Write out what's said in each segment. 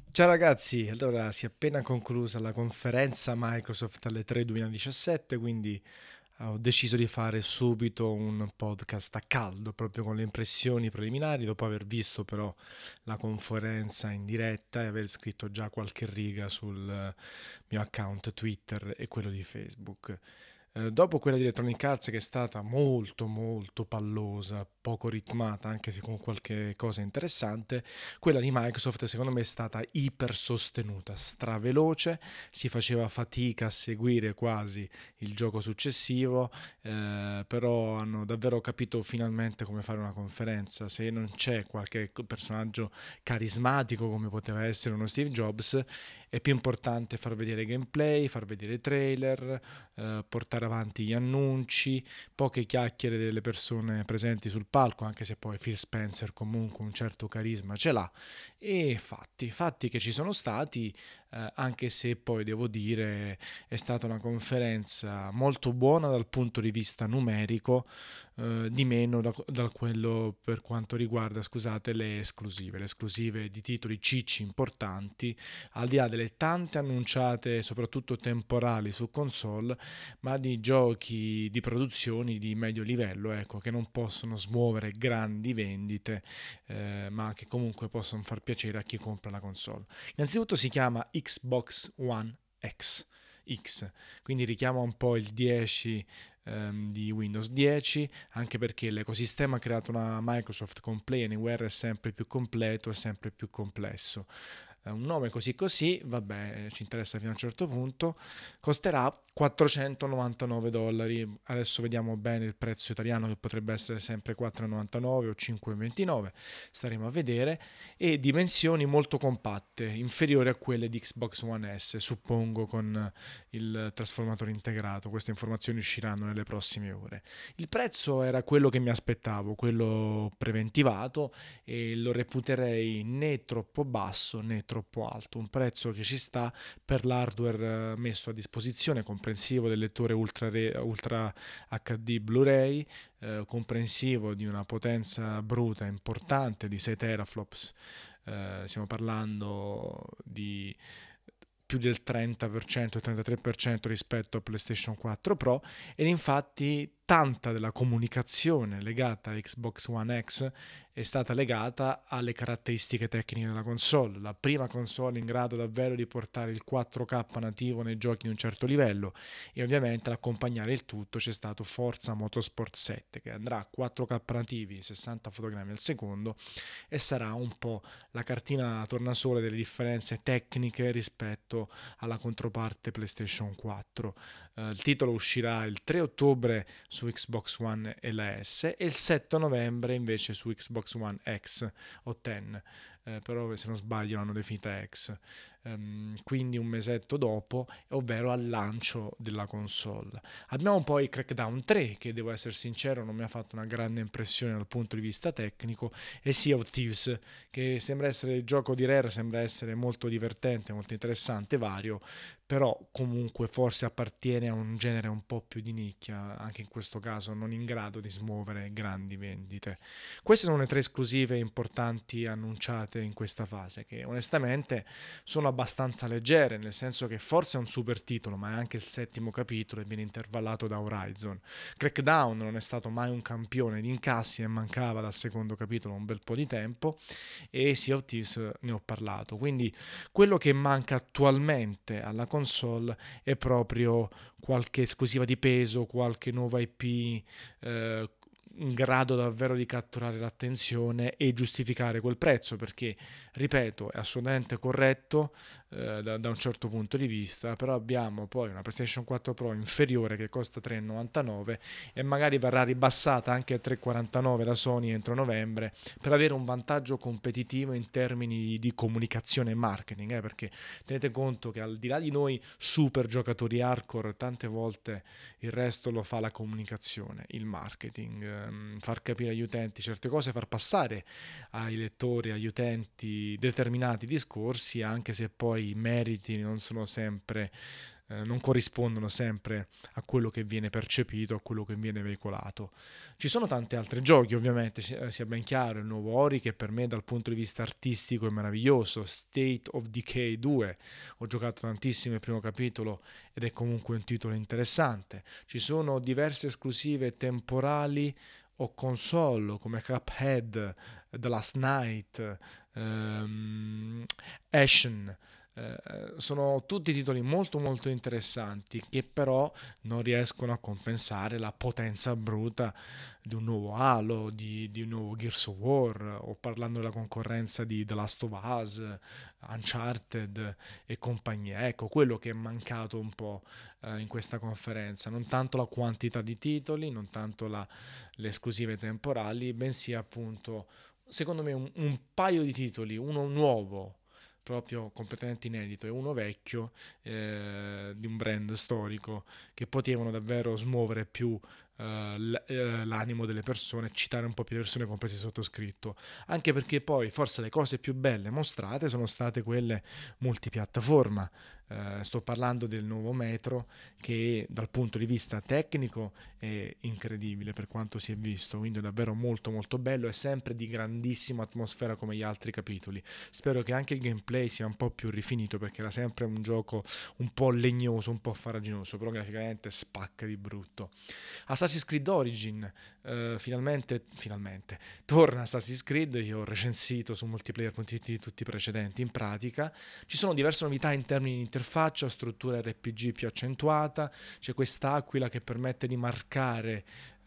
Ciao ragazzi, allora si è appena conclusa la conferenza Microsoft alle 3 2017, quindi ho deciso di fare subito un podcast a caldo, proprio con le impressioni preliminari, dopo aver visto però la conferenza in diretta e aver scritto già qualche riga sul mio account Twitter e quello di Facebook. Dopo quella di Electronic Arts che è stata molto molto pallosa, poco ritmata, anche se con qualche cosa interessante, quella di Microsoft secondo me è stata iper sostenuta, straveloce, si faceva fatica a seguire quasi il gioco successivo, però hanno davvero capito finalmente come fare una conferenza. Se non c'è qualche personaggio carismatico come poteva essere uno Steve Jobs, è più importante far vedere gameplay, far vedere trailer, portare avanti gli annunci, poche chiacchiere delle persone presenti sul palco, anche se poi Phil Spencer comunque un certo carisma ce l'ha, e fatti che ci sono stati, anche se poi devo dire è stata una conferenza molto buona dal punto di vista numerico, di meno da quello per quanto riguarda, scusate, le esclusive di titoli cicci importanti, al di là delle tante annunciate, soprattutto temporali su console, ma di giochi di produzioni di medio livello, ecco, che non possono smuovere grandi vendite, ma che comunque possono far piacere a chi compra la console. Innanzitutto si chiama Xbox One X, quindi richiama un po' il 10 di Windows 10, anche perché l'ecosistema creato da Microsoft con Play Anywhere è sempre più completo e sempre più complesso. Un nome così così, vabbè, ci interessa fino a un certo punto, costerà 499 dollari. Adesso vediamo bene il prezzo italiano, che potrebbe essere sempre 4,99 o 5,29, staremo a vedere, e dimensioni molto compatte, inferiori a quelle di Xbox One S, suppongo, con il trasformatore integrato. Queste informazioni usciranno nelle prossime ore. Il prezzo era quello che mi aspettavo, quello preventivato, e lo reputerei né troppo basso né troppo alto, un prezzo che ci sta per l'hardware messo a disposizione, comprensivo del lettore Ultra HD Blu-ray, comprensivo di una potenza bruta importante di 6 teraflops. Stiamo parlando di più del 30%, il 33% rispetto a PlayStation 4 Pro, ed infatti tanta della comunicazione legata a Xbox One X è stata legata alle caratteristiche tecniche della console. La prima console in grado davvero di portare il 4K nativo nei giochi di un certo livello, e ovviamente ad accompagnare il tutto c'è stato Forza Motorsport 7, che andrà a 4K nativi, 60 fotogrammi al secondo, e sarà un po' la cartina tornasole delle differenze tecniche rispetto alla controparte PlayStation 4. Il titolo uscirà il 3 ottobre su Xbox One e la S, e il 7 novembre invece su Xbox One X o X, però se non sbaglio l'hanno definita X. Quindi un mesetto dopo, ovvero al lancio della console. Abbiamo poi Crackdown 3, che devo essere sincero non mi ha fatto una grande impressione dal punto di vista tecnico, e Sea of Thieves, che sembra essere il gioco di Rare, sembra essere molto divertente, molto interessante, vario, però comunque forse appartiene a un genere un po' più di nicchia, anche in questo caso non in grado di smuovere grandi vendite. Queste sono le tre esclusive importanti annunciate in questa fase, che onestamente sono abbastanza leggere, nel senso che forse è un super titolo, ma è anche il settimo capitolo e viene intervallato da Horizon. Crackdown non è stato mai un campione di incassi e mancava dal secondo capitolo un bel po' di tempo, e Sea of Thieves ne ho parlato. Quindi quello che manca attualmente alla console è proprio qualche esclusiva di peso, qualche nuova IP in grado davvero di catturare l'attenzione e giustificare quel prezzo, perché ripeto è assolutamente corretto da un certo punto di vista, però abbiamo poi una PlayStation 4 Pro inferiore che costa 3,99 e magari verrà ribassata anche a 3,49 da Sony entro novembre, per avere un vantaggio competitivo in termini di comunicazione e marketing, perché tenete conto che al di là di noi super giocatori hardcore, tante volte il resto lo fa la comunicazione, il marketing, far capire agli utenti certe cose, far passare ai lettori, agli utenti determinati discorsi, anche se poi i meriti non sono sempre non corrispondono sempre a quello che viene percepito, a quello che viene veicolato. Ci sono tanti altri giochi, ovviamente, sia ben chiaro, il nuovo Ori che per me dal punto di vista artistico è meraviglioso, State of Decay 2, ho giocato tantissimo il primo capitolo ed è comunque un titolo interessante. Ci sono diverse esclusive temporali o console come Cuphead, The Last Night, Ashen. Sono tutti titoli molto molto interessanti che però non riescono a compensare la potenza bruta di un nuovo Halo, di un nuovo Gears of War, o parlando della concorrenza di The Last of Us, Uncharted e compagnia. Ecco, quello che è mancato un po' in questa conferenza, non tanto la quantità di titoli, non tanto le esclusive temporali, bensì appunto, secondo me, un paio di titoli, uno nuovo, proprio completamente inedito, e uno vecchio di un brand storico che potevano davvero smuovere più l'animo delle persone, citare un po' più di persone, compresi il sottoscritto, anche perché poi forse le cose più belle mostrate sono state quelle multipiattaforma. Sto parlando del nuovo Metro che dal punto di vista tecnico è incredibile per quanto si è visto, quindi è davvero molto molto bello e sempre di grandissima atmosfera come gli altri capitoli. Spero che anche il gameplay sia un po' più rifinito perché era sempre un gioco un po' legnoso, un po' farraginoso, però graficamente spacca di brutto. Assassin's Creed Origin, finalmente, torna Assassin's Creed, io ho recensito su multiplayer.it tutti i precedenti in pratica, ci sono diverse novità in termini di interfaccia, struttura RPG più accentuata, c'è quest'aquila che permette di marcare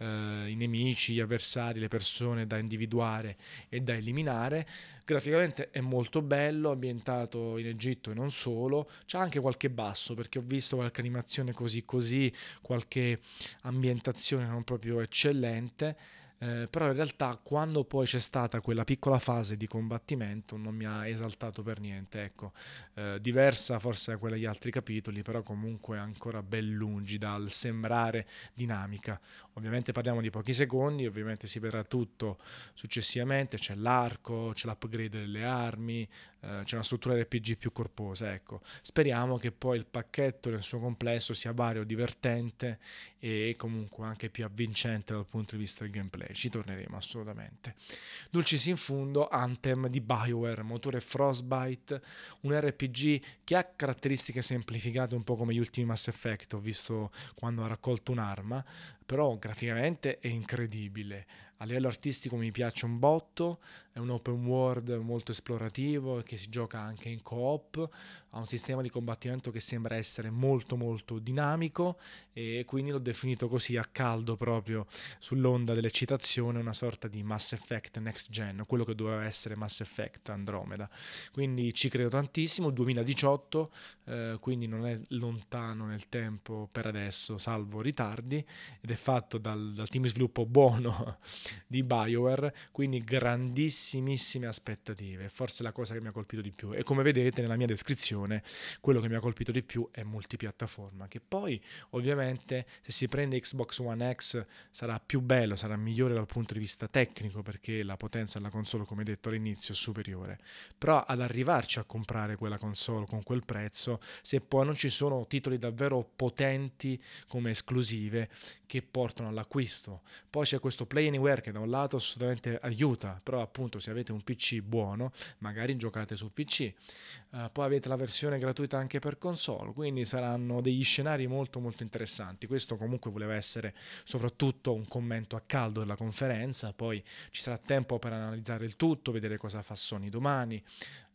i nemici, gli avversari, le persone da individuare e da eliminare. Graficamente è molto bello, ambientato in Egitto e non solo, c'è anche qualche basso perché ho visto qualche animazione così così, qualche ambientazione non proprio eccellente, però in realtà quando poi c'è stata quella piccola fase di combattimento non mi ha esaltato per niente, ecco, diversa forse da quella degli altri capitoli, però comunque ancora ben lungi dal sembrare dinamica. Ovviamente parliamo di pochi secondi, ovviamente si vedrà tutto successivamente, c'è l'arco, c'è l'upgrade delle armi, c'è una struttura RPG più corposa, ecco. Speriamo che poi il pacchetto nel suo complesso sia vario, divertente e comunque anche più avvincente dal punto di vista del gameplay. Ci torneremo assolutamente. Dulcis in fundo, Anthem di BioWare, motore Frostbite, un RPG che ha caratteristiche semplificate un po' come gli ultimi Mass Effect, ho visto quando ha raccolto un'arma, però graficamente è incredibile. A livello artistico mi piace un botto, è un open world molto esplorativo che si gioca anche in co-op, ha un sistema di combattimento che sembra essere molto molto dinamico e quindi l'ho definito così a caldo proprio sull'onda dell'eccitazione, una sorta di Mass Effect Next Gen, quello che doveva essere Mass Effect Andromeda. Quindi ci credo tantissimo, 2018, quindi non è lontano nel tempo per adesso, salvo ritardi, ed è fatto dal team di sviluppo buono di BioWare, quindi grandissimissime aspettative, forse la cosa che mi ha colpito di più. E come vedete nella mia descrizione, quello che mi ha colpito di più è multipiattaforma, che poi ovviamente se si prende Xbox One X sarà più bello, sarà migliore dal punto di vista tecnico perché la potenza della console, come detto all'inizio, è superiore. Però ad arrivarci a comprare quella console con quel prezzo, se poi non ci sono titoli davvero potenti come esclusive che portano all'acquisto. Poi c'è questo Play Anywhere che da un lato assolutamente aiuta, però appunto se avete un PC buono, magari giocate su PC. Poi avete la versione gratuita anche per console, quindi saranno degli scenari molto molto interessanti. Questo comunque voleva essere soprattutto un commento a caldo della conferenza, poi ci sarà tempo per analizzare il tutto, vedere cosa fa Sony domani,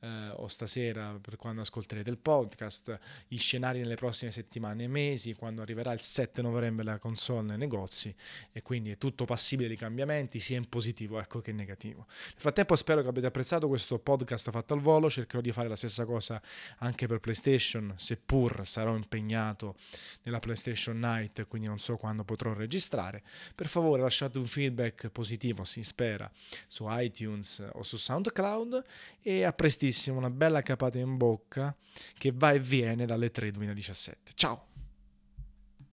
o stasera per quando ascolterete il podcast, gli scenari nelle prossime settimane e mesi, quando arriverà il 7 novembre la console nei negozi, e quindi è tutto passibile di cambiamenti sia in positivo ecco, che in negativo. Nel frattempo spero che abbiate apprezzato questo podcast fatto al volo, cercherò di fare la stessa cosa anche per PlayStation, seppur sarò impegnato nella PlayStation Night, quindi non so quando potrò registrare. Per favore lasciate un feedback positivo, si spera, su iTunes o su SoundCloud, e a prestissimo, una bella capata in bocca che va e viene dalle 3 2017. Ciao!